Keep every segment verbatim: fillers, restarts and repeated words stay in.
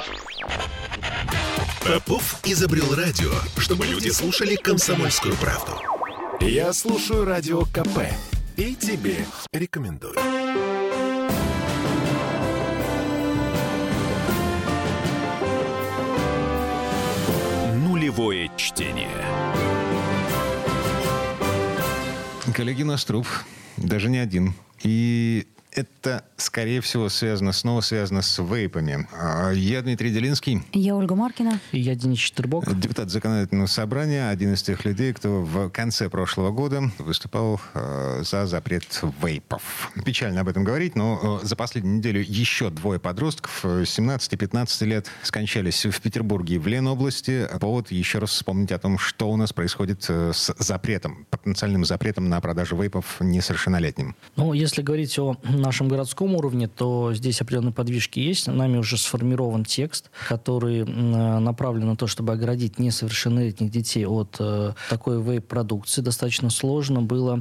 Попов изобрел радио, чтобы люди слушали «Комсомольскую правду». Я слушаю Радио КП и тебе рекомендую. Нулевое чтение. Коллеги, наш труп. Даже не один. И это, скорее всего, связано, снова связано с вейпами. Я Дмитрий Делинский. Я Ольга Маркина. И я Денис Четербок. Депутат Законодательного собрания, один из тех людей, кто в конце прошлого года выступал э, за запрет вейпов. Печально об этом говорить, но э, за последнюю неделю еще двое подростков семнадцати-пятнадцати лет скончались в Петербурге и в Ленобласти. Повод еще раз вспомнить о том, что у нас происходит с запретом, потенциальным запретом на продажу вейпов несовершеннолетним. Ну, если говорить о нашем городском уровне, то здесь определенные подвижки есть. Нами уже сформирован текст, который направлен на то, чтобы оградить несовершеннолетних детей от э, такой вейп-продукции. Достаточно сложно было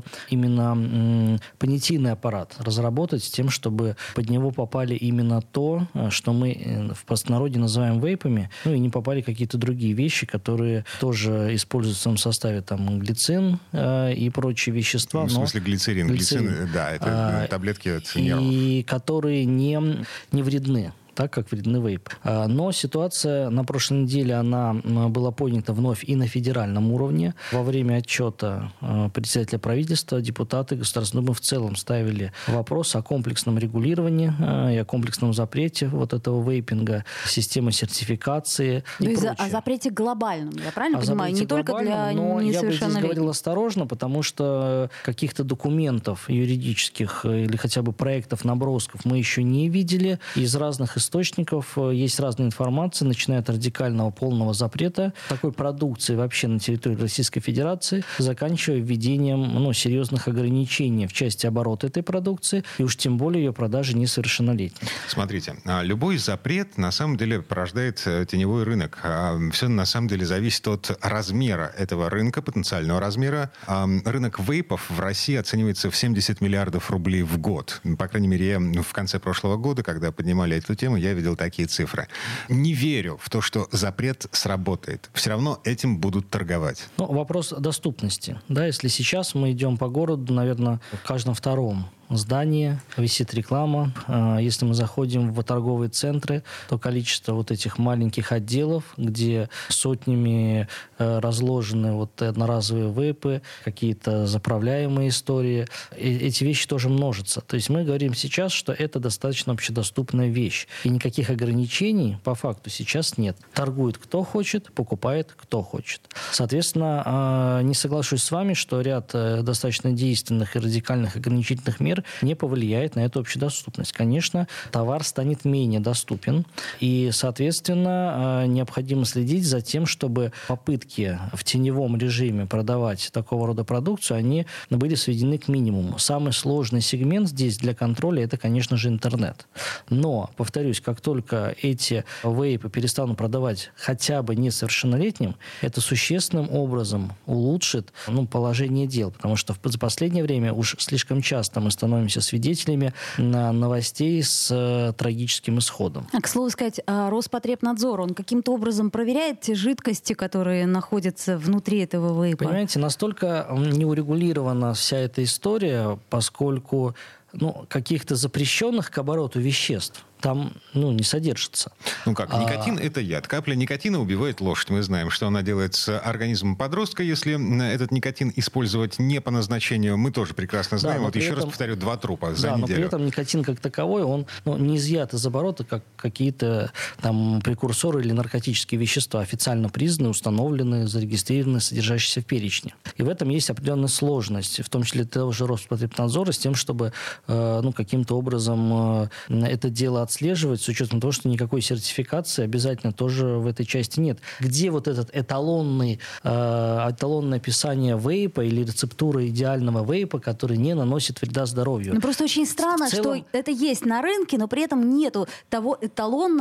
именно э, понятийный аппарат разработать с тем, чтобы под него попали именно то, что мы в простонародье называем вейпами, ну и не попали какие-то другие вещи, которые тоже используют в своем составе там глицин э, и прочие вещества. Ну, в смысле глицерин? Глицин, глицин да, это а, таблетки от нервов. И которые не, не вредны, так как вредны вейп. Но ситуация на прошлой неделе, она была поднята вновь и на федеральном уровне. Во время отчета председателя правительства депутаты Государственной Думы в целом ставили вопрос о комплексном регулировании и о комплексном запрете вот этого вейпинга, системы сертификации и То прочее. О запрете глобальном, я правильно о понимаю? Не только для но несовершеннолетних. Я бы здесь говорил осторожно, потому что каких-то документов юридических или хотя бы проектов, набросков мы еще не видели. Из разных источников есть разная информация, начиная от радикального полного запрета такой продукции вообще на территории Российской Федерации, заканчивая введением ну, серьезных ограничений в части оборота этой продукции и уж тем более ее продажи несовершеннолетним. Смотрите, любой запрет на самом деле порождает теневой рынок. Все на самом деле зависит от размера этого рынка, потенциального размера. Рынок вейпов в России оценивается в семьдесят миллиардов рублей в год. По крайней мере, в конце прошлого года, когда поднимали эту тему, я видел такие цифры. Не верю в то, что запрет сработает. Все равно этим будут торговать. Ну, вопрос доступности. Да, если сейчас мы идем по городу, наверное, в каждом втором здании висит реклама. Если мы заходим в торговые центры, то количество вот этих маленьких отделов, где сотнями разложены вот одноразовые вейпы, какие-то заправляемые истории, эти вещи тоже множатся. То есть мы говорим сейчас, что это достаточно общедоступная вещь. И никаких ограничений по факту сейчас нет. Торгует кто хочет, покупает кто хочет. Соответственно, не соглашусь с вами, что ряд достаточно действенных и радикальных ограничительных мер не повлияет на эту общедоступность. Конечно, товар станет менее доступен, и, соответственно, необходимо следить за тем, чтобы попытки в теневом режиме продавать такого рода продукцию, они были сведены к минимуму. Самый сложный сегмент здесь для контроля – это, конечно же, интернет. Но, повторюсь, как только эти вейпы перестанут продавать хотя бы несовершеннолетним, это существенным образом улучшит ну, положение дел, потому что за последнее время уж слишком часто мы становимся свидетелями новостей с э, трагическим исходом. А, к слову сказать, Роспотребнадзор, он каким-то образом проверяет те жидкости, которые находятся внутри этого вейпа? Понимаете, настолько не урегулирована вся эта история, поскольку ну, каких-то запрещенных к обороту веществ там ну, не содержится. Ну как, никотин а... – это яд. Капля никотина убивает лошадь. Мы знаем, что она делает с организмом подростка, если этот никотин использовать не по назначению. Мы тоже прекрасно знаем. Да, вот еще этом... раз повторю, два трупа за да, неделю. Но при этом никотин как таковой, он ну, не изъят из оборота, как какие-то там прекурсоры или наркотические вещества, официально признаны, установлены, зарегистрированы, содержащиеся в перечне. И в этом есть определенная сложность, в том числе того же Роспотребнадзора, с тем, чтобы э, ну, каким-то образом э, это дело отслеживать, отслеживать, с учетом того, что никакой сертификации обязательно тоже в этой части нет. Где вот этот эталонный, э, эталонное описание вейпа или рецептура идеального вейпа, который не наносит вреда здоровью? Ну, просто очень странно, целом... что это есть на рынке, но при этом нету того эталонного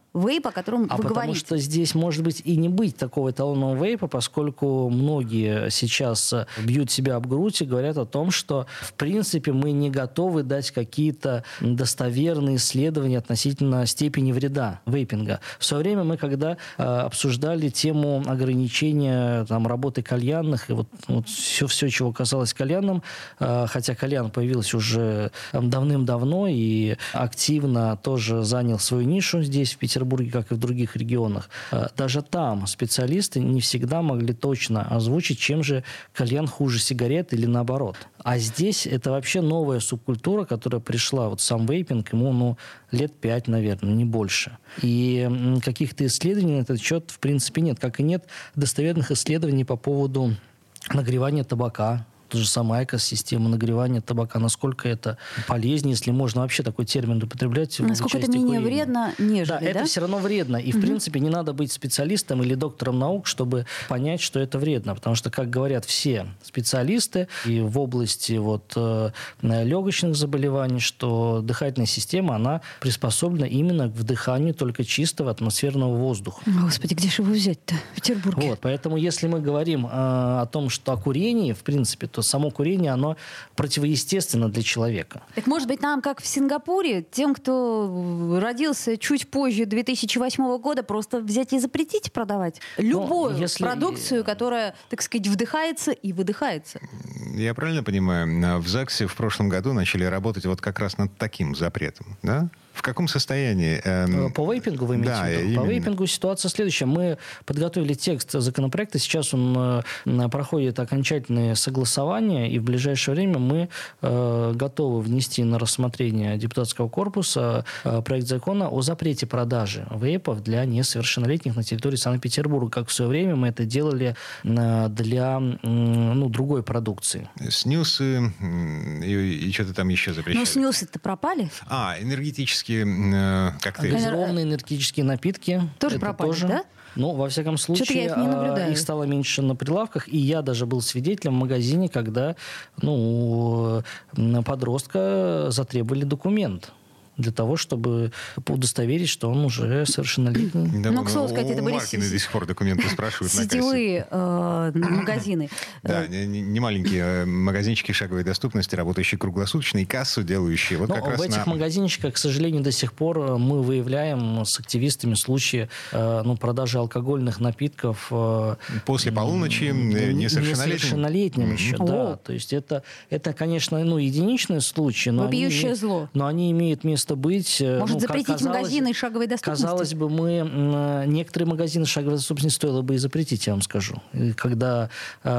вейп, о котором а вы потому говорите. что здесь может быть и не быть такого эталонного вейпа, поскольку многие сейчас бьют себя об грудь и говорят о том, что в принципе мы не готовы дать какие-то достоверные исследования относительно степени вреда вейпинга. В свое время мы, когда э, обсуждали тему ограничения там, работы кальянных, и вот, вот все, все, чего касалось кальянным, э, хотя кальян появился уже давным-давно и активно тоже занял свою нишу здесь, в Петербурге, как и в других регионах. Даже там специалисты не всегда могли точно озвучить, чем же кальян хуже сигарет или наоборот. А здесь это вообще новая субкультура, которая пришла, вот сам вейпинг, ему ну, лет пять, наверное, не больше. И каких-то исследований на этот счет, в принципе, нет. Как и нет достоверных исследований по поводу нагревания табака. Та же самая экосистема нагревания табака, насколько это полезнее, если можно вообще такой термин употреблять. Насколько это менее курения. вредно, нежели, да? да? это все равно вредно. И, в угу. принципе, не надо быть специалистом или доктором наук, чтобы понять, что это вредно. Потому что, как говорят все специалисты и в области вот, э, легочных заболеваний, что дыхательная система, она приспособлена именно к вдыханию только чистого атмосферного воздуха. Господи, где же его взять-то? В Петербурге. Вот, поэтому, если мы говорим э, о том, что о курении, в принципе, то само курение, оно противоестественно для человека. Так может быть нам, как в Сингапуре, тем, кто родился чуть позже две тысячи восьмого года, просто взять и запретить продавать любую ну, если... продукцию, которая, так сказать, вдыхается и выдыхается? Я правильно понимаю, в ЗАГСе в прошлом году начали работать вот как раз над таким запретом, да? В каком состоянии? Эм... По вейпингу вы имеете да, в виду? Именно. По вейпингу ситуация следующая. Мы подготовили текст законопроекта, сейчас он э, проходит окончательное согласование, и в ближайшее время мы э, готовы внести на рассмотрение депутатского корпуса э, проект закона о запрете продажи вейпов для несовершеннолетних на территории Санкт-Петербурга, как в свое время мы это делали э, для э, ну, другой продукции. Снюсы и, и что-то там еще запрещали. Но снюсы-то пропали? А, энергетические коктейли. Газированные энергетические напитки. Тоже это пропали, тоже. да? Ну, во всяком случае, я их, не наблюдаю. их стало меньше на прилавках. И я даже был свидетелем в магазине, когда ну, подростка затребовали документ для того, чтобы удостоверить, что он уже совершеннолетний. Да, ну, к слову сказать, это были Маркины до сих пор документы спрашивают на кассе. Сетевые э, магазины. Да, не, не маленькие магазинчики шаговой доступности, работающие круглосуточно, и кассу делающие. Вот Но как в раз этих на... магазинчиках, к сожалению, до сих пор мы выявляем с активистами случаи э, ну, продажи алкогольных напитков. Э, После полуночи несовершеннолетним. Несовершеннолетним еще, О. да. То есть это, это конечно, ну, единичные случаи. Но Вопиющее они, зло. Но они имеют место быть. Может, ну, запретить казалось, магазины шаговой доступности? Казалось бы, мы некоторые магазины шаговой доступности стоило бы и запретить, я вам скажу. И когда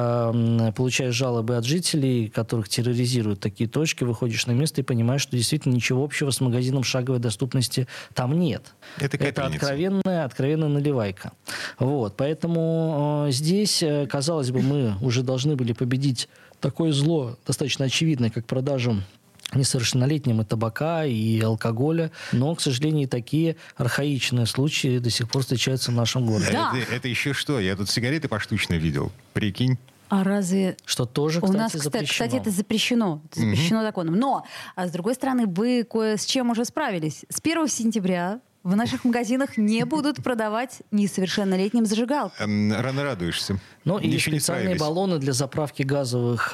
э, получаешь жалобы от жителей, которых терроризируют такие точки, выходишь на место и понимаешь, что действительно ничего общего с магазином шаговой доступности там нет. Это, Это откровенная, откровенная наливайка. Вот. Поэтому э, здесь, э, казалось бы, мы уже должны были победить такое зло, достаточно очевидное, как продажу несовершеннолетним и табака, и алкоголя. Но, к сожалению, такие архаичные случаи до сих пор встречаются в нашем городе. Да. Это, это еще что? Я тут сигареты поштучно видел. Прикинь. А разве... Что тоже, кстати, У нас, запрещено. кстати, это запрещено. Это запрещено законом. Но, а с другой стороны, вы кое с чем уже справились. С первого сентября в наших магазинах не будут продавать несовершеннолетним зажигалки. Эм, рано радуешься. Ну, и Еще специальные баллоны для заправки газовых,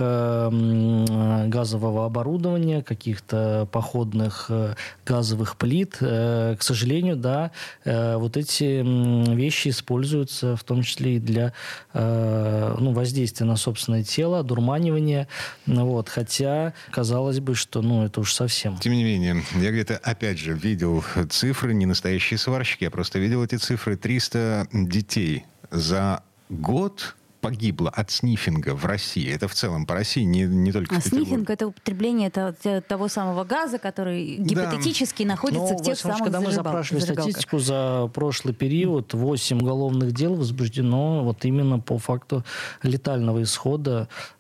э, газового оборудования, каких-то походных э, газовых плит. Э, к сожалению, да, э, вот эти э, вещи используются в том числе и для э, ну, воздействия на собственное тело, одурманивания. Вот. Хотя, казалось бы, что ну, это уж совсем. Тем не менее, я где-то, опять же, видел цифры, не настоящие сварщики, я просто видел эти цифры. триста детей за год погибло от снифинга в России. Это в целом по России, не, не только а в Петербурге. Снифинг — это употребление это, того самого газа, который гипотетически да. находится Но, в тех самых когда зажигал, мы запрашивали зажигалках. статистику за прошлый период, восемь уголовных дел возбуждено вот именно по факту летального исхода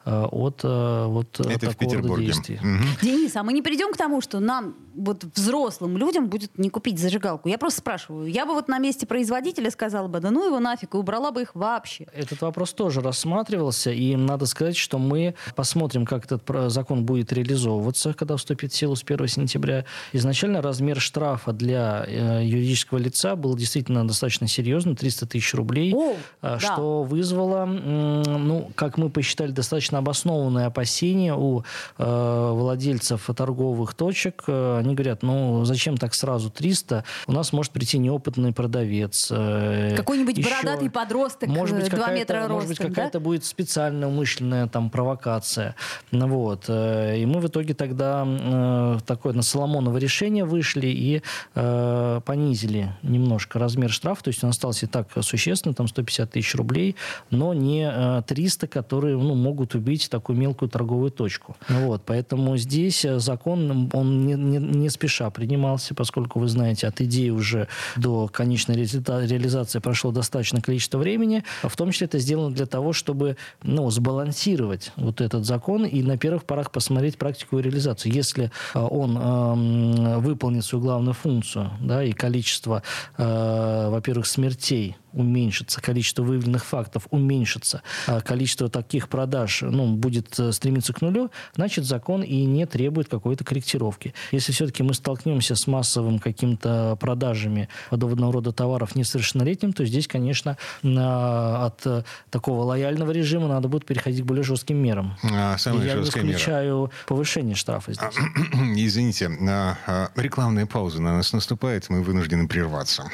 от вот Это такого рода действий. Угу. Денис, а мы не придем к тому, что нам, вот взрослым людям, будет не купить зажигалку? Я просто спрашиваю. Я бы вот на месте производителя сказала бы, да ну его нафиг, и убрала бы их вообще. Этот вопрос тоже рассматривался, и надо сказать, что мы посмотрим, как этот закон будет реализовываться, когда вступит в силу с первого сентября. Изначально размер штрафа для э, юридического лица был действительно достаточно серьезный, триста тысяч рублей, О, э, да. что вызвало, э, ну, как мы посчитали, достаточно обоснованные опасения у э, владельцев торговых точек. Э, они говорят, ну, зачем так сразу триста? У нас может прийти неопытный продавец. Э, Какой-нибудь еще, бородатый подросток, может быть, два метра ростом. Может быть, какая-то да? будет специальная умышленная там провокация. Ну, вот. И мы в итоге тогда э, такое на Соломоново решение вышли и э, понизили немножко размер штрафа. То есть он остался и так существенно, там сто пятьдесят тысяч рублей, но не э, триста, которые ну, могут убить такую мелкую торговую точку. Вот. Поэтому здесь закон, он не, не, не спеша принимался, поскольку, вы знаете, от идеи уже до конечной реализации прошло достаточное количество времени. В том числе это сделано для того, чтобы ну, сбалансировать вот этот закон и на первых порах посмотреть практику и реализацию. Если он э, выполнит свою главную функцию, да, и количество, э, во-первых, смертей уменьшится, количество выявленных фактов уменьшится, количество таких продаж ну, будет стремиться к нулю, значит, закон и не требует какой-то корректировки. Если все-таки мы столкнемся с массовым какими-то продажами подобного рода товаров несовершеннолетним, то здесь, конечно, от такого лояльного режима надо будет переходить к более жестким мерам. А, самая Я не жесткая исключаю мера. повышение штрафа здесь. Извините, рекламная пауза на нас наступает, мы вынуждены прерваться.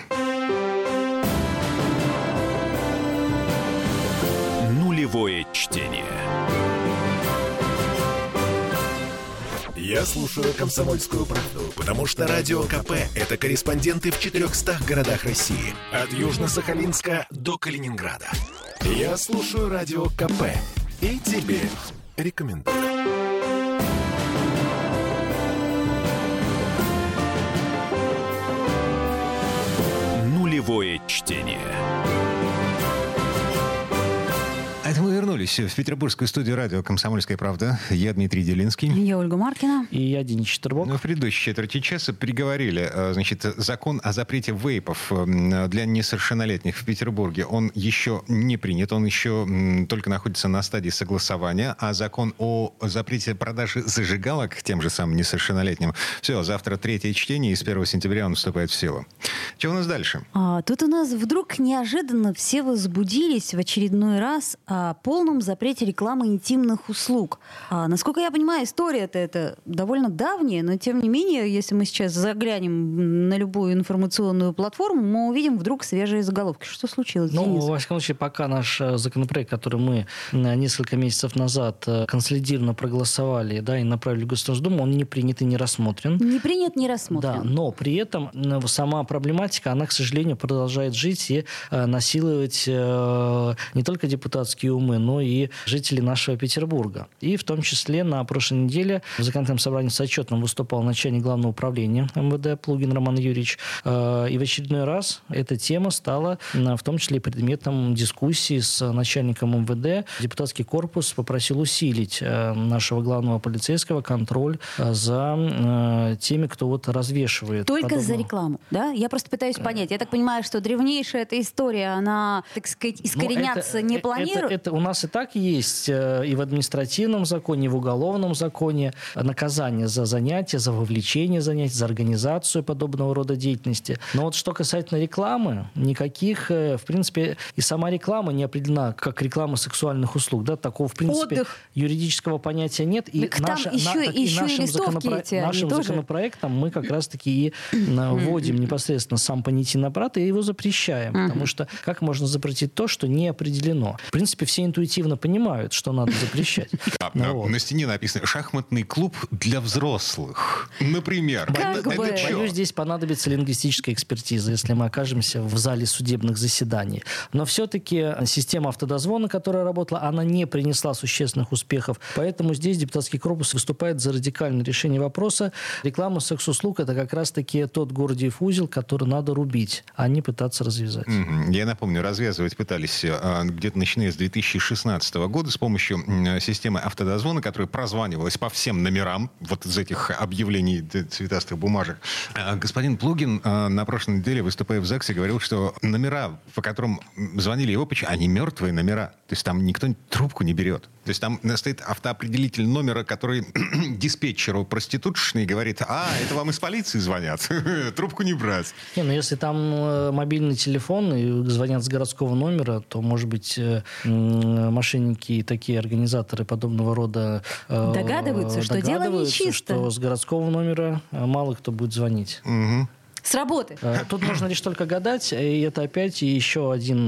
Нулевое чтение. Я слушаю «Комсомольскую правду», потому что Радио КП – это корреспонденты в четырехстах городах России. От Южно-Сахалинска до Калининграда. Я слушаю Радио КП и тебе рекомендую. Нулевое чтение. Это мы вернулись в петербургскую студию радио «Комсомольская правда». Я Дмитрий Делинский. Я Ольга Маркина. И я Денис Четербок. В предыдущей четверти часа переговорили. Значит, закон о запрете вейпов для несовершеннолетних в Петербурге, он еще не принят, он еще только находится на стадии согласования. А закон о запрете продажи зажигалок тем же самым несовершеннолетним, все, завтра третье чтение, и с первого сентября он вступает в силу. Что у нас дальше? А, тут у нас вдруг неожиданно все возбудились в очередной раз о полном запрете рекламы интимных услуг. А, насколько я понимаю, история-то это довольно давняя, но тем не менее, если мы сейчас заглянем на любую информационную платформу, мы увидим вдруг свежие заголовки. Что случилось, Ну, Денис? во всяком случае, пока наш законопроект, который мы несколько месяцев назад консолидированно проголосовали, да, и направили в Государственную Думу, он не принят и не рассмотрен. Не принят, не рассмотрен. Да, но при этом сама проблематика, она, к сожалению, продолжает жить и э, насиловать э, не только депутатские умы, но и жителей нашего Петербурга. И в том числе на прошлой неделе в законодательном собрании с отчетом выступал начальник Главного управления МВД Плугин Роман Юрьевич. Э, и в очередной раз эта тема стала э, в том числе и предметом дискуссии с начальником МВД. Депутатский корпус попросил усилить э, нашего главного полицейского контроль э, за э, теми, кто вот развешивает. Только подобного. за рекламу, да? Я просто пытаюсь понять. Я так понимаю, что древнейшая эта история, она, так сказать, искореняться это, не это, планирует? Это, это у нас и так есть э, и в административном законе, и в уголовном законе наказание за занятие, за вовлечение занятий, за организацию подобного рода деятельности. Но вот что касательно рекламы, никаких, э, в принципе, и сама реклама не определена как реклама сексуальных услуг. Да? Такого, в принципе, Отдых. Юридического понятия нет. И, Так там наша, еще, на, так, еще и нашим, и законопро... эти, нашим тоже... законопроектом мы как раз-таки и вводим непосредственно сам понятийный аппарат и его запрещаем. Uh-huh. Потому что как можно запретить то, что не определено? В принципе, все интуитивно понимают, что надо запрещать. На стене написано «Шахматный клуб для взрослых». Например. Боюсь, здесь понадобится лингвистическая экспертиза, если мы окажемся в зале судебных заседаний. Но все-таки система автодозвона, которая работала, она не принесла существенных успехов. Поэтому здесь депутатский корпус выступает за радикальное решение вопроса. Реклама секс-услуг – это как раз-таки тот гордиев узел, который надо рубить, а не пытаться развязать. Mm-hmm. Я напомню, развязывать пытались где-то начиная с две тысячи тысячи шестнадцатого года с помощью системы автодозвона, которая прозванивалась по всем номерам вот из этих объявлений цветастых бумажек. Господин Плугин на прошлой неделе, выступая в ЗАГСе, говорил, что номера, по которым звонили его, они мертвые номера. То есть там никто трубку не берет. То есть там стоит автоопределитель номера, который диспетчеру проституточный говорит: а, это вам из полиции звонят, трубку не брать. Не, ну если там мобильный телефон и звонят с городского номера, то, может быть, мошенники и такие организаторы подобного рода догадываются, что дело нечисто, что с городского номера мало кто будет звонить. Угу. С работы. Тут можно лишь только гадать, и это опять еще один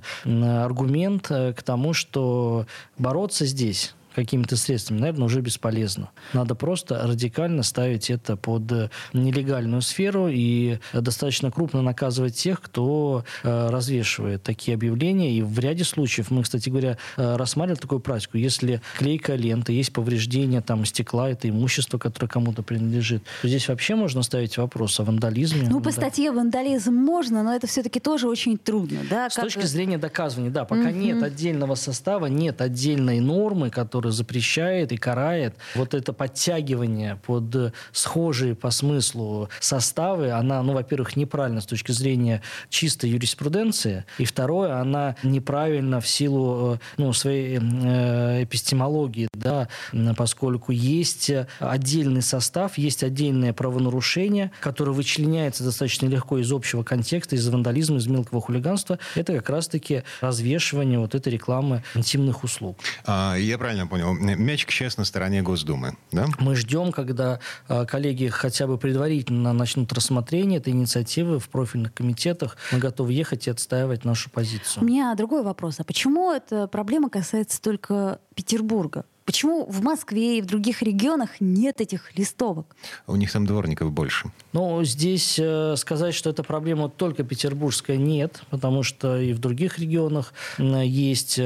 аргумент к тому, что бороться здесь какими-то средствами, наверное, уже бесполезно. Надо просто радикально ставить это под нелегальную сферу и достаточно крупно наказывать тех, кто э, развешивает такие объявления. И в ряде случаев мы, кстати говоря, э, рассматривали такую практику. Если клейкая лента, есть повреждение там, стекла, это имущество, которое кому-то принадлежит, то здесь вообще можно ставить вопрос о вандализме. Ну, по да. статье вандализм можно, но это все-таки тоже очень трудно. Да? С как... точки зрения доказывания, да, пока mm-hmm. нет отдельного состава, нет отдельной нормы, которая запрещает и карает вот это подтягивание под схожие по смыслу составы, она, ну, во-первых, неправильна с точки зрения чистой юриспруденции, и второе, она неправильна в силу, ну, своей э, эпистемологии, да, поскольку есть отдельный состав, есть отдельное правонарушение, которое вычленяется достаточно легко из общего контекста, из вандализма, из мелкого хулиганства. Это как раз-таки развешивание вот этой рекламы интимных услуг. А, я правильно понял. Мячик сейчас на стороне Госдумы, да? Мы ждем, когда э, коллеги хотя бы предварительно начнут рассмотрение этой инициативы в профильных комитетах. Мы готовы ехать и отстаивать нашу позицию. У меня другой вопрос. А почему эта проблема касается только Петербурга? Почему в Москве и в других регионах нет этих листовок? У них там дворников больше. Ну, здесь э, сказать, что эта проблема только петербургская, нет, потому что и в других регионах э, есть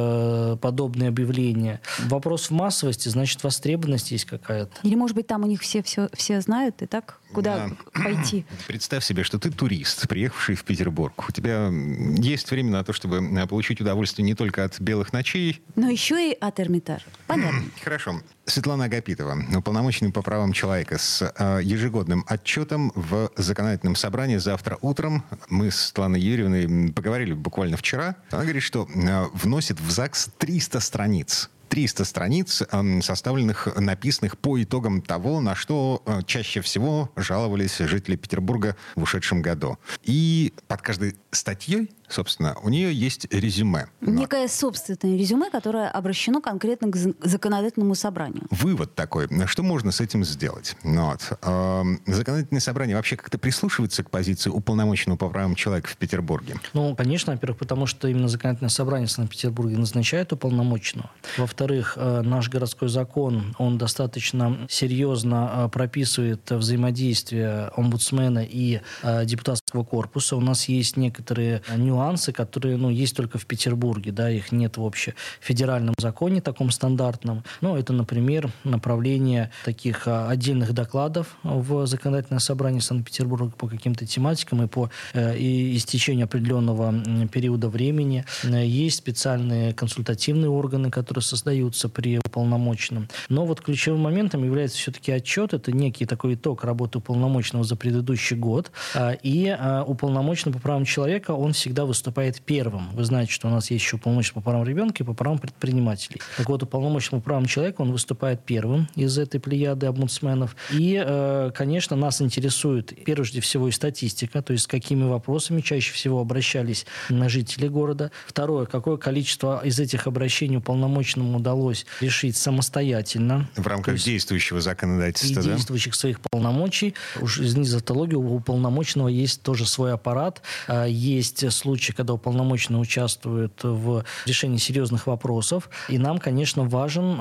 э, подобные объявления. Вопрос в массовости, значит, востребованность есть какая-то. Или, может быть, там у них все, все, все знают, и так куда да. пойти? Представь себе, что ты турист, приехавший в Петербург. У тебя есть время на то, чтобы получить удовольствие не только от белых ночей, но еще и от Эрмитажа. Понятно. Хорошо. Светлана Агапитова, уполномоченный по правам человека, с э, ежегодным отчетом в законодательном собрании завтра утром. Мы с Светланой Юрьевной поговорили буквально вчера. Она говорит, что э, вносит в ЗАГС триста страниц. триста страниц, составленных, написанных по итогам того, на что чаще всего жаловались жители Петербурга в ушедшем году. И под каждой статьей, собственно, у нее есть резюме. Некое собственное резюме, которое обращено конкретно к законодательному собранию. Вывод такой. Что можно с этим сделать? Вот. Законодательное собрание вообще как-то прислушивается к позиции уполномоченного по правам человека в Петербурге? Ну, конечно, во-первых, потому что именно законодательное собрание в Санкт-Петербурге назначает уполномоченного. Во-вторых, наш городской закон, он достаточно серьезно прописывает взаимодействие омбудсмена и депутатского корпуса. У нас есть некоторые нюансы, которые, ну, есть только в Петербурге, да, их нет в общефедеральном законе таком стандартном. Ну, это, например, направление таких отдельных докладов в законодательное собрание Санкт-Петербурга по каким-то тематикам и по э, и истечению определенного периода времени. Есть специальные консультативные органы, которые создаются при уполномоченном. Но вот ключевым моментом является все-таки отчет. Это некий такой итог работы уполномоченного за предыдущий год. И уполномоченный по правам человека, он всегда выступает первым. Вы знаете, что у нас есть еще уполномоченный по правам ребенка и по правам предпринимателей. Так вот, уполномоченный по правам человека, он выступает первым из этой плеяды омбудсменов. И, конечно, нас интересует прежде всего и статистика, то есть с какими вопросами чаще всего обращались жители города. Второе, какое количество из этих обращений уполномоченному удалось решить самостоятельно. В рамках есть, действующего законодательства, и да? действующих своих полномочий. Уж из автологии у уполномоченного есть тоже свой аппарат. Есть случаи, когда уполномоченный участвует в решении серьезных вопросов. И нам, конечно, важен,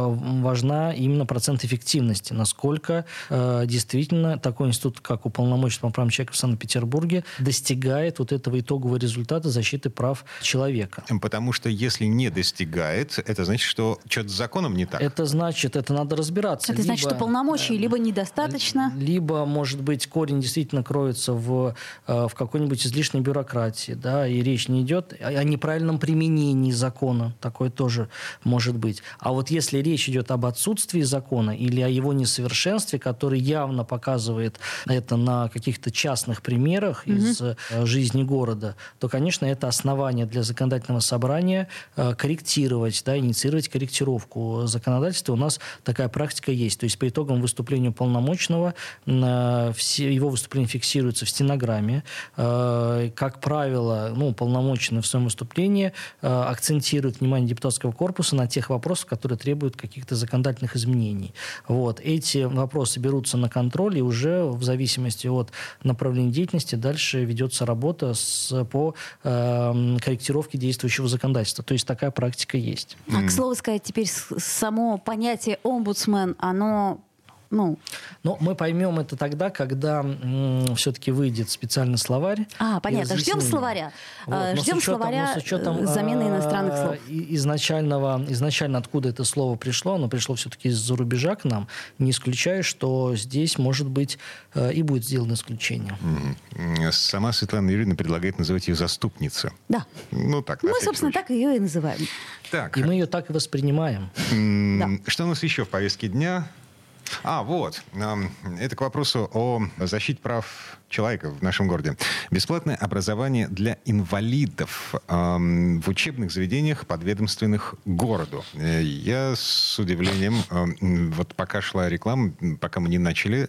важна именно процент эффективности. Насколько действительно такой институт, как уполномоченный по правам человека в Санкт-Петербурге, достигает вот этого итогового результата защиты прав человека. Потому что если не достигает, это значит, что что-то с законом не так. Это значит, это надо разбираться. Это либо, значит, что полномочий либо недостаточно. Либо, может быть, корень действительно кроется в, в какой-нибудь излишней бюрократии, да, и речь не идет о неправильном применении закона, такое тоже может быть. А вот если речь идет об отсутствии закона или о его несовершенстве, который явно показывает это на каких-то частных примерах mm-hmm. из э, жизни города, то, конечно, это основание для законодательного собрания э, корректировать, да, инициировать корректировку законодательства. У нас такая практика есть. То есть по итогам выступления уполномоченного э, все его выступления фиксируются в стенограмме. Э, как правило, ну, уполномоченный в своем выступлении э, акцентирует внимание депутатского корпуса на тех вопросах, которые требуют каких-то законодательных изменений. Вот. Эти вопросы берутся на контроль, и уже в зависимости от направления деятельности дальше ведется работа с, по э, корректировке действующего законодательства. То есть такая практика есть. А, к слову сказать, теперь само понятие «омбудсмен», оно... Ну. Но мы поймем это тогда, когда м, все-таки выйдет специальный словарь. А, понятно. Ждем словаря. Вот. Ждем учетом, словаря с учетом, замены иностранных слов. Изначального, изначально откуда это слово пришло, оно пришло все-таки из-за рубежа к нам. Не исключаю, что здесь, может быть, и будет сделано исключение. Mm-hmm. Сама Светлана Юрьевна предлагает называть ее заступницей. Да. Ну, так, мы, собственно, случай. Так ее и называем. Так. И мы ее так и воспринимаем. Mm-hmm. Да. Что у нас еще в повестке дня? А, вот. Это к вопросу о защите прав человека в нашем городе. Бесплатное образование для инвалидов в учебных заведениях, подведомственных городу. Я с удивлением, вот пока шла реклама, пока мы не начали,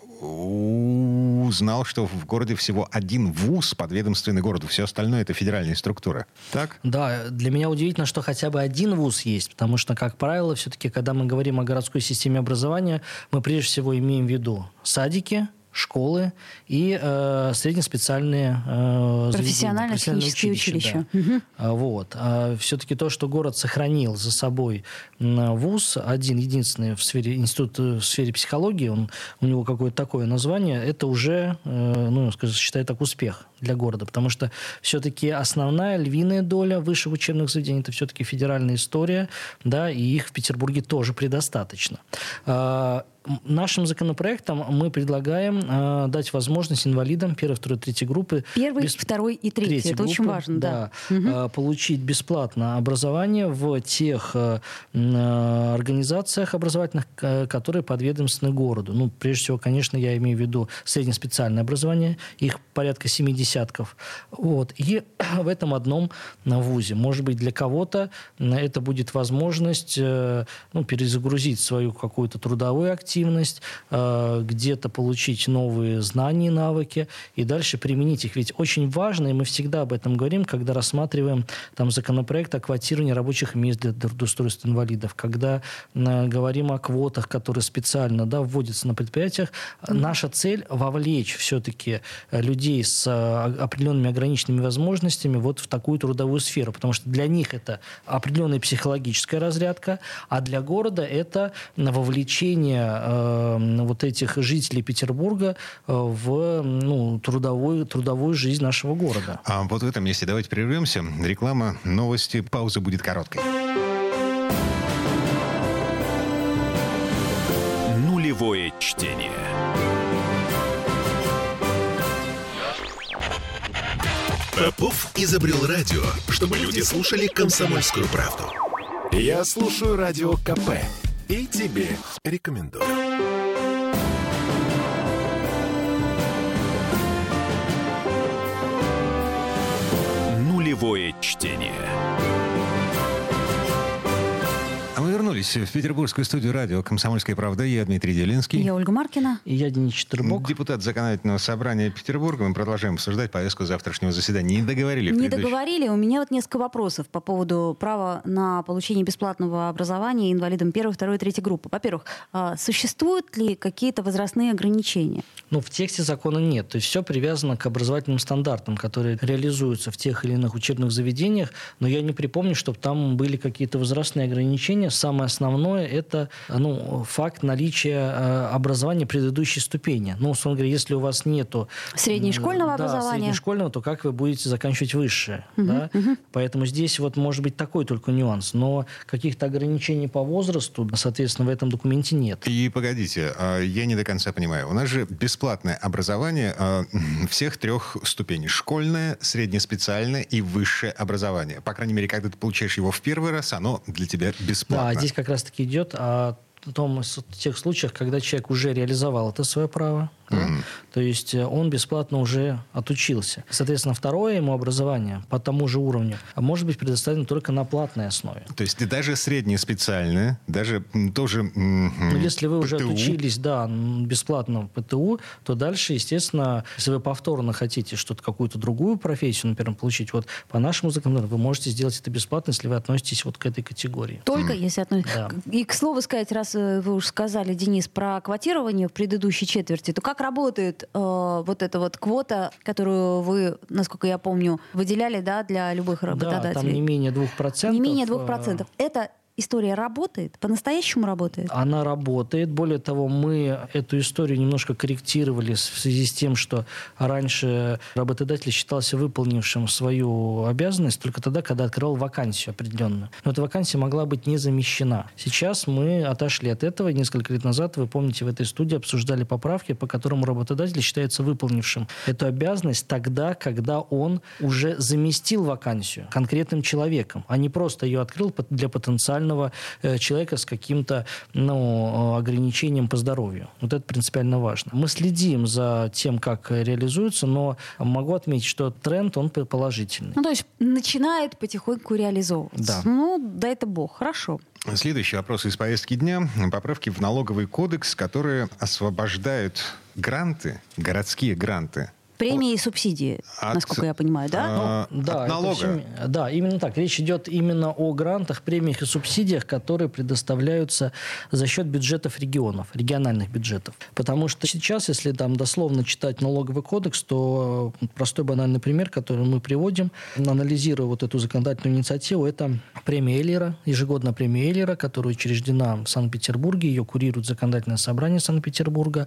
узнал, что в городе всего один вуз подведомственный городу. Все остальное — это федеральные структуры. Так? Да, для меня удивительно, что хотя бы один вуз есть, потому что, как правило, все-таки, когда мы говорим о городской системе образования, мы прежде всего имеем в виду садики, школы и э, среднеспециальные э, профессиональные технические училища. Да. Угу. Вот. А все-таки то, что город сохранил за собой вуз, один, единственный в сфере, институт в сфере психологии, он, у него какое-то такое название, это уже, э, ну, скажем, считаю так, успех для города, потому что все-таки основная львиная доля высших учебных заведений — это все-таки федеральная история, да, и их в Петербурге тоже предостаточно. Нашим законопроектом мы предлагаем э, дать возможность инвалидам первой, второй, третьей группы... Первой, без... второй и третьей. третьей это группы, очень важно, да. да угу. э, получить бесплатно образование в тех э, организациях образовательных, э, которые подведомственны городу. Ну, прежде всего, конечно, я имею в виду среднеспециальное образование. Их порядка семи десятков. Вот. И в этом одном вузе. Может быть, для кого-то это будет возможность э, ну, перезагрузить свою какую-то трудовую активность, активность, где-то получить новые знания, навыки и дальше применить их. Ведь очень важно, и мы всегда об этом говорим, когда рассматриваем там законопроект о квотировании рабочих мест для трудоустройства инвалидов, когда говорим о квотах, которые специально, да, вводятся на предприятиях. Mm-hmm. Наша цель — вовлечь все-таки людей с определенными ограниченными возможностями вот в такую трудовую сферу, потому что для них это определенная психологическая разрядка, а для города это вовлечение вот этих жителей Петербурга в ну, трудовую, трудовую жизнь нашего города. А вот в этом месте давайте прервемся. Реклама, новости, пауза будет короткой. Нулевое чтение. Попов изобрел радио, чтобы люди слушали «Комсомольскую правду». Я слушаю радио КП и тебе рекомендую. Нулевое чтение. А мы вернулись в петербургскую студию радио «Комсомольская правда». Я Дмитрий Делинский. Я Ольга Маркина. И я Денис Четербок. Депутат Законодательного собрания Петербурга. Мы продолжаем обсуждать повестку завтрашнего заседания. Не договорили. Не договорили. У меня вот несколько вопросов по поводу права на получение бесплатного образования инвалидам первой, второй, третьей группы. Во-первых, существуют ли какие-то возрастные ограничения? Ну, в тексте закона нет. То есть все привязано к образовательным стандартам, которые реализуются в тех или иных учебных заведениях. Но я не припомню, чтобы там были какие-то возрастные ограничения. самое основное – это ну, факт наличия образования предыдущей ступени. Ну, условно говоря, если у вас нету среднешкольного да, образования, среднешкольного, то как вы будете заканчивать высшее? Угу, да? угу. Поэтому здесь вот может быть такой только нюанс. Но каких-то ограничений по возрасту, соответственно, в этом документе нет. И погодите, я не до конца понимаю. У нас же бесплатное образование всех трех ступеней. Школьное, среднеспециальное и высшее образование. По крайней мере, когда ты получаешь его в первый раз, оно для тебя бесплатно. Да, здесь как раз-таки идет о том, в тех случаях, когда человек уже реализовал это свое право, да? Mm-hmm. То есть он бесплатно уже отучился. Соответственно, второе ему образование по тому же уровню может быть предоставлено только на платной основе. То есть даже среднее специальное, даже тоже Но если вы уже ПТУ. отучились, да, бесплатно в ПТУ, то дальше, естественно, если вы повторно хотите что-то, какую-то другую профессию, например, получить, вот по нашему законодательству вы можете сделать это бесплатно, если вы относитесь вот к этой категории. Только mm. если относитесь. Да. И, к слову сказать, раз вы уж сказали, Денис, про квотирование в предыдущей четверти, то как работает э, вот эта вот квота, которую вы, насколько я помню, выделяли, да, для любых работодателей? Да, там не менее двух процентов. Не менее двух процентов. Это история работает? По-настоящему работает? Она работает. Более того, мы эту историю немножко корректировали в связи с тем, что раньше работодатель считался выполнившим свою обязанность только тогда, когда открывал вакансию определенную. Но эта вакансия могла быть не замещена. Сейчас мы отошли от этого. Несколько лет назад, вы помните, в этой студии обсуждали поправки, по которым работодатель считается выполнившим эту обязанность тогда, когда он уже заместил вакансию конкретным человеком, а не просто ее открыл для потенциального человека с каким-то ну, ограничением по здоровью. Вот это принципиально важно. Мы следим за тем, как реализуется, но могу отметить, что тренд, он положительный. Ну, то есть начинает потихоньку реализовываться. Да. Ну, да это бог. Хорошо. Следующий вопрос из повестки дня. Поправки в налоговый кодекс, которые освобождают гранты, городские гранты, премии и субсидии, от, насколько я понимаю, да? А, ну, да, от налога. Все, да, именно так. Речь идет именно о грантах, премиях и субсидиях, которые предоставляются за счет бюджетов регионов, региональных бюджетов. Потому что сейчас, если там дословно читать налоговый кодекс, то простой банальный пример, который мы приводим, анализируя вот эту законодательную инициативу, это премия Эллера, ежегодная премия Эллера, которая учреждена в Санкт-Петербурге, ее курирует законодательное собрание Санкт-Петербурга.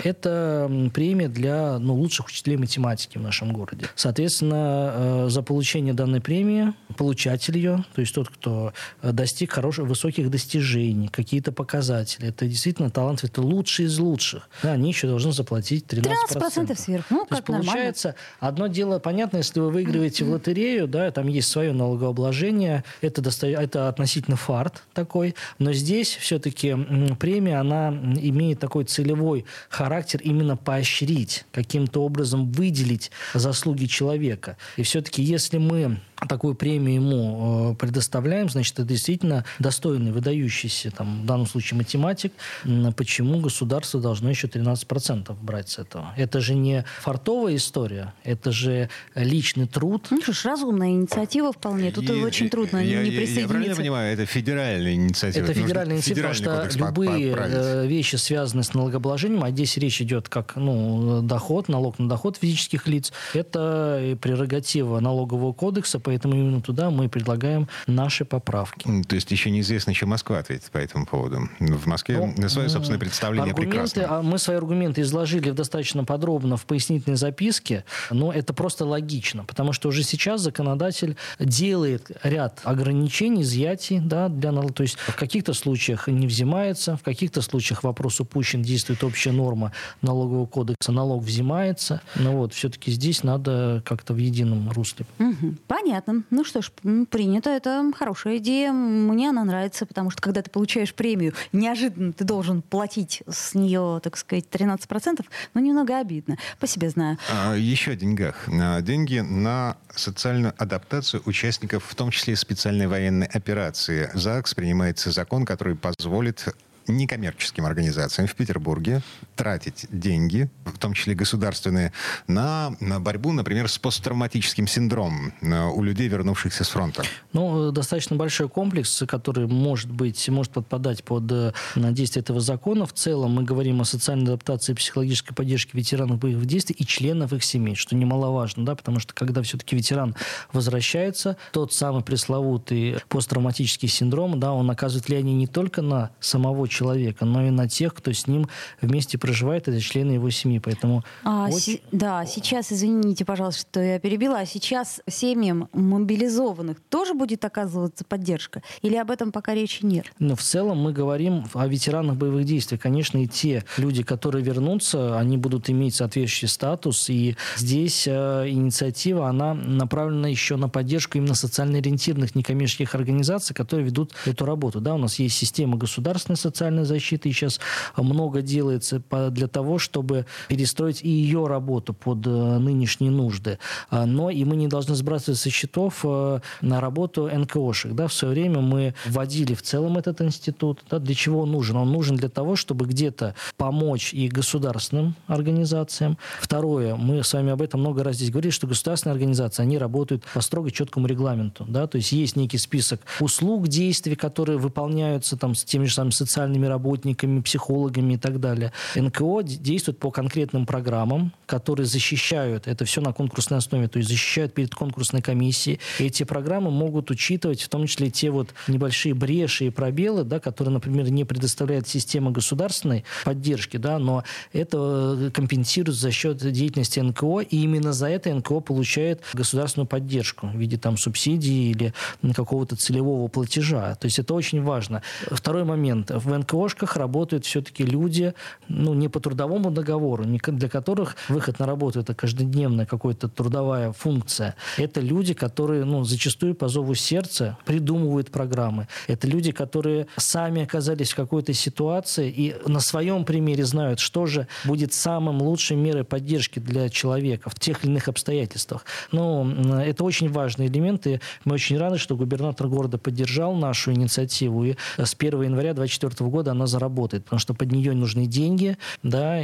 Это премия для ну, лучших учителей математики в нашем городе. Соответственно, за получение данной премии, получатель ее, то есть тот, кто достиг хороших, высоких достижений, какие-то показатели, это действительно талант, это лучший из лучших. Да, они еще должны заплатить тринадцать процентов. тринадцать процентов сверху. Ну, то есть, как получается, нормально. Одно дело, понятно, если вы выигрываете mm-hmm. в лотерею, да, там есть свое налогообложение, это, доста... это относительно фарт такой, но здесь все-таки премия, она имеет такой целевой характер именно поощрить, каким-то образом выделить заслуги человека. И все-таки, если мы такую премию ему предоставляем, значит, это действительно достойный, выдающийся, там, в данном случае математик. Почему государство должно еще тринадцать процентов брать с этого? Это же не фартовая история, это же личный труд. Ну что ж, разумная инициатива вполне. Тут и, очень трудно я, не я, присоединиться. Я правильно понимаю, это федеральная инициатива? Это федеральная инициатива, потому что любые поправить. вещи, связанные с налогообложением, а здесь речь идет как ну, доход, налог на доход физических лиц, это прерогатива налогового кодекса, поэтому именно туда мы предлагаем наши поправки. То есть еще неизвестно, что Москва ответит по этому поводу. В Москве ну, свое собственное представление прекрасно. Мы свои аргументы изложили достаточно подробно в пояснительной записке, но это просто логично, потому что уже сейчас законодатель делает ряд ограничений, изъятий, да, для налога. То есть в каких-то случаях не взимается, в каких-то случаях вопрос упущен, действует общая норма налогового кодекса, налог взимается. Но вот все-таки здесь надо как-то в едином русле. Угу, понятно. Ну что ж, принято. Это хорошая идея. Мне она нравится, потому что когда ты получаешь премию, неожиданно ты должен платить с нее, так сказать, тринадцать процентов, но немного обидно. По себе знаю. А, еще о деньгах. Деньги на социальную адаптацию участников, в том числе специальной военной операции. ЗАГС принимается закон, который позволит некоммерческим организациям в Петербурге тратить деньги, в том числе государственные, на, на борьбу, например, с посттравматическим синдромом у людей, вернувшихся с фронта? Ну, достаточно большой комплекс, который может быть, может подпадать под действие этого закона. В целом мы говорим о социальной адаптации и психологической поддержке ветеранов боевых действий и членов их семей, что немаловажно, да, потому что когда все-таки ветеран возвращается, тот самый пресловутый посттравматический синдром, да, он оказывает влияние не только на самого человека, но и на тех, кто с ним вместе проживает, это члены его семьи. Поэтому а, очень... си- да, сейчас, извините, пожалуйста, что я перебила, а сейчас семьям мобилизованных тоже будет оказываться поддержка? Или об этом пока речи нет? Ну, в целом мы говорим о ветеранах боевых действий. Конечно, и те люди, которые вернутся, они будут иметь соответствующий статус. И здесь э, инициатива, она направлена еще на поддержку именно социально ориентированных некоммерческих организаций, которые ведут эту работу. Да, у нас есть система государственной социальной защиты, и сейчас много делается по, для того, чтобы перестроить и ее работу под э, нынешние нужды. А, но и мы не должны сбрасывать со счетов э, на работу эн ка о-шек. Да, в свое время мы вводили в целом этот институт. Да, для чего он нужен? Он нужен для того, чтобы где-то помочь и государственным организациям. Второе, мы с вами об этом много раз здесь говорили, что государственные организации, они работают по строго четкому регламенту. Да? То есть есть некий список услуг, действий, которые выполняются там, с теми же самыми социальными работниками, психологами и так далее. эн ка о действует по конкретным программам, которые защищают, это все на конкурсной основе, то есть защищают перед конкурсной комиссией. И эти программы могут учитывать в том числе те вот небольшие бреши и пробелы, да, которые, например, не предоставляет система государственной поддержки, да, но это компенсируется за счет деятельности эн ка о, и именно за это эн ка о получает государственную поддержку в виде там субсидий или какого-то целевого платежа. То есть это очень важно. Второй момент. В эн ка о-шках работают все-таки люди, ну, не по трудовому договору, для которых выход на работу – это каждодневная какая-то трудовая функция. Это люди, которые, ну, зачастую по зову сердца придумывают программы. Это люди, которые сами оказались в какой-то ситуации и на своем примере знают, что же будет самым лучшей мерой поддержки для человека в тех или иных обстоятельствах. Но это очень важный элемент, и мы очень рады, что губернатор города поддержал нашу инициативу, и с первого января две тысячи двадцать четвёртого года она заработает, потому что под нее нужны деньги, да,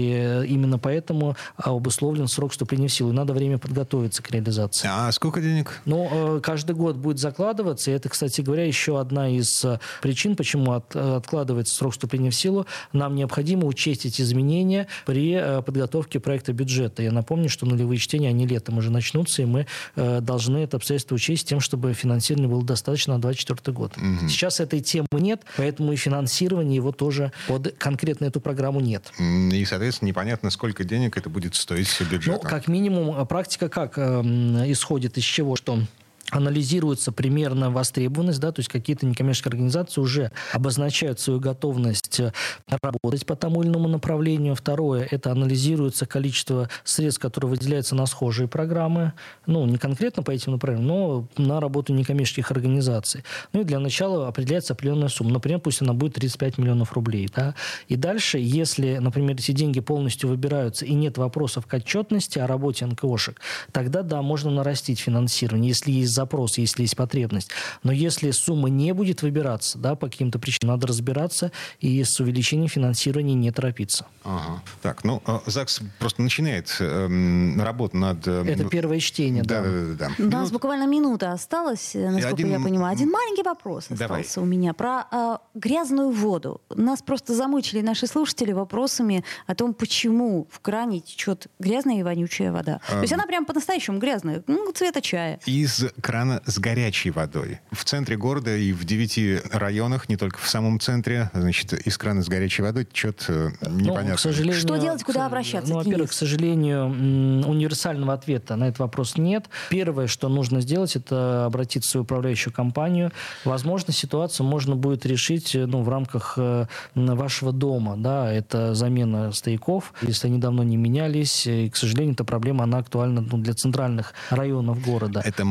и именно поэтому обусловлен срок вступления в силу. И надо время подготовиться к реализации. А сколько денег? Ну, каждый год будет закладываться, и это, кстати говоря, еще одна из причин, почему от, откладывается срок вступления в силу. Нам необходимо учесть эти изменения при подготовке проекта бюджета. Я напомню, что нулевые чтения, они летом уже начнутся, и мы должны это обстоятельство учесть тем, чтобы финансирование было достаточно на двадцать четвёртый год. Угу. Сейчас этой темы нет, поэтому и финансирование его тоже под конкретно эту программу нет. И, соответственно, непонятно, сколько денег это будет стоить бюджету. Ну, как минимум, практика как э, исходит из чего, что анализируется примерно востребованность, да, то есть какие-то некоммерческие организации уже обозначают свою готовность работать по тому или иному направлению. Второе, это анализируется количество средств, которые выделяются на схожие программы, ну, не конкретно по этим направлениям, но на работу некоммерческих организаций. Ну и для начала определяется определенная сумма. Например, пусть она будет тридцать пять миллионов рублей. Да? И дальше, если, например, эти деньги полностью выбираются и нет вопросов к отчетности о работе эн ка о-шек, тогда, да, можно нарастить финансирование, если есть запрос, если есть потребность. Но если сумма не будет выбираться, да, по каким-то причинам, надо разбираться и с увеличением финансирования не торопиться. Ага. Так, ну, ЗАГС просто начинает э, работу над... Э, Это первое чтение, да. Да, да, да, да. У нас Минут... буквально минута осталась, насколько один... я понимаю. Один маленький вопрос Давай. остался у меня про э, грязную воду. Нас просто замучили наши слушатели вопросами о том, почему в кране течет грязная и вонючая вода. А... То есть она прям по-настоящему грязная, ну, цвета чая. Из крана с горячей водой. В центре города и в девяти районах, не только в самом центре, значит, из крана с горячей водой течет э, непонятно. Ну, к сожалению, что делать, куда обращаться? Ну, во-первых, к сожалению, универсального ответа на этот вопрос нет. Первое, что нужно сделать, это обратиться в свою управляющую компанию. Возможно, ситуацию можно будет решить, ну, в рамках э, вашего дома. Да? Это замена стояков, если они давно не менялись. И, к сожалению, эта проблема, она актуальна, ну, для центральных районов города. Это массовое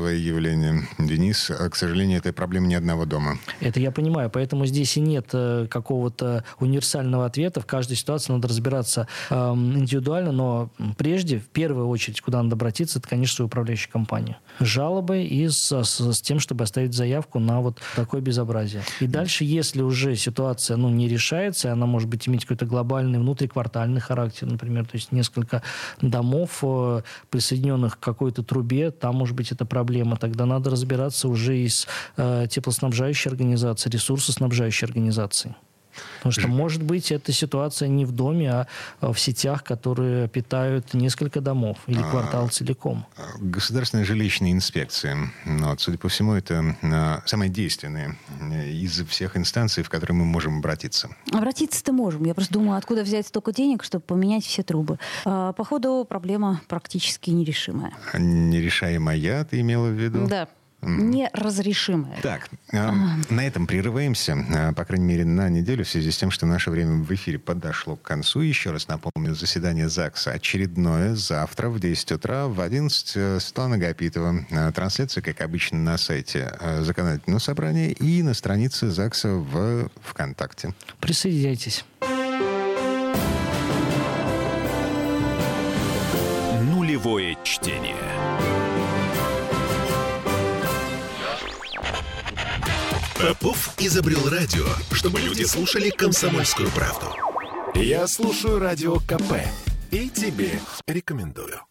массовое явление, Денис. К сожалению, это проблема ни одного дома. Это я понимаю, поэтому здесь и нет какого-то универсального ответа. В каждой ситуации надо разбираться э, индивидуально, но прежде, в первую очередь, куда надо обратиться, это, конечно, свою управляющую компанию. С жалобой и с, с, с тем, чтобы оставить заявку на вот такое безобразие. И дальше, если уже ситуация ну, не решается, и она может быть иметь какой-то глобальный внутриквартальный характер, например, то есть несколько домов, э, присоединенных к какой-то трубе, там может быть эта проблема. Тогда надо разбираться уже и с э, теплоснабжающей организацией, ресурсоснабжающей организацией. Потому что, может быть, эта ситуация не в доме, а в сетях, которые питают несколько домов или квартал целиком. Государственная жилищная инспекция. Вот, судя по всему, это самая действенная из всех инстанций, в которые мы можем обратиться. Обратиться-то можем. Я просто думаю, откуда взять столько денег, чтобы поменять все трубы. Походу, проблема практически нерешимая. Нерешаемая, ты имела в виду? Да. Неразрешимое. Так, э, на этом прерываемся, э, по крайней мере, на неделю, в связи с тем, что наше время в эфире подошло к концу. Еще раз напомню, заседание ЗАГСа очередное завтра в десять утра, в одиннадцать Светлана Гапитова. Э, трансляция, как обычно, на сайте э, Законодательного собрания и на странице ЗАГСа в ВКонтакте. Присоединяйтесь. Нулевое чтение. Попов изобрел радио, чтобы люди слушали «Комсомольскую правду». Я слушаю радио КП и тебе рекомендую.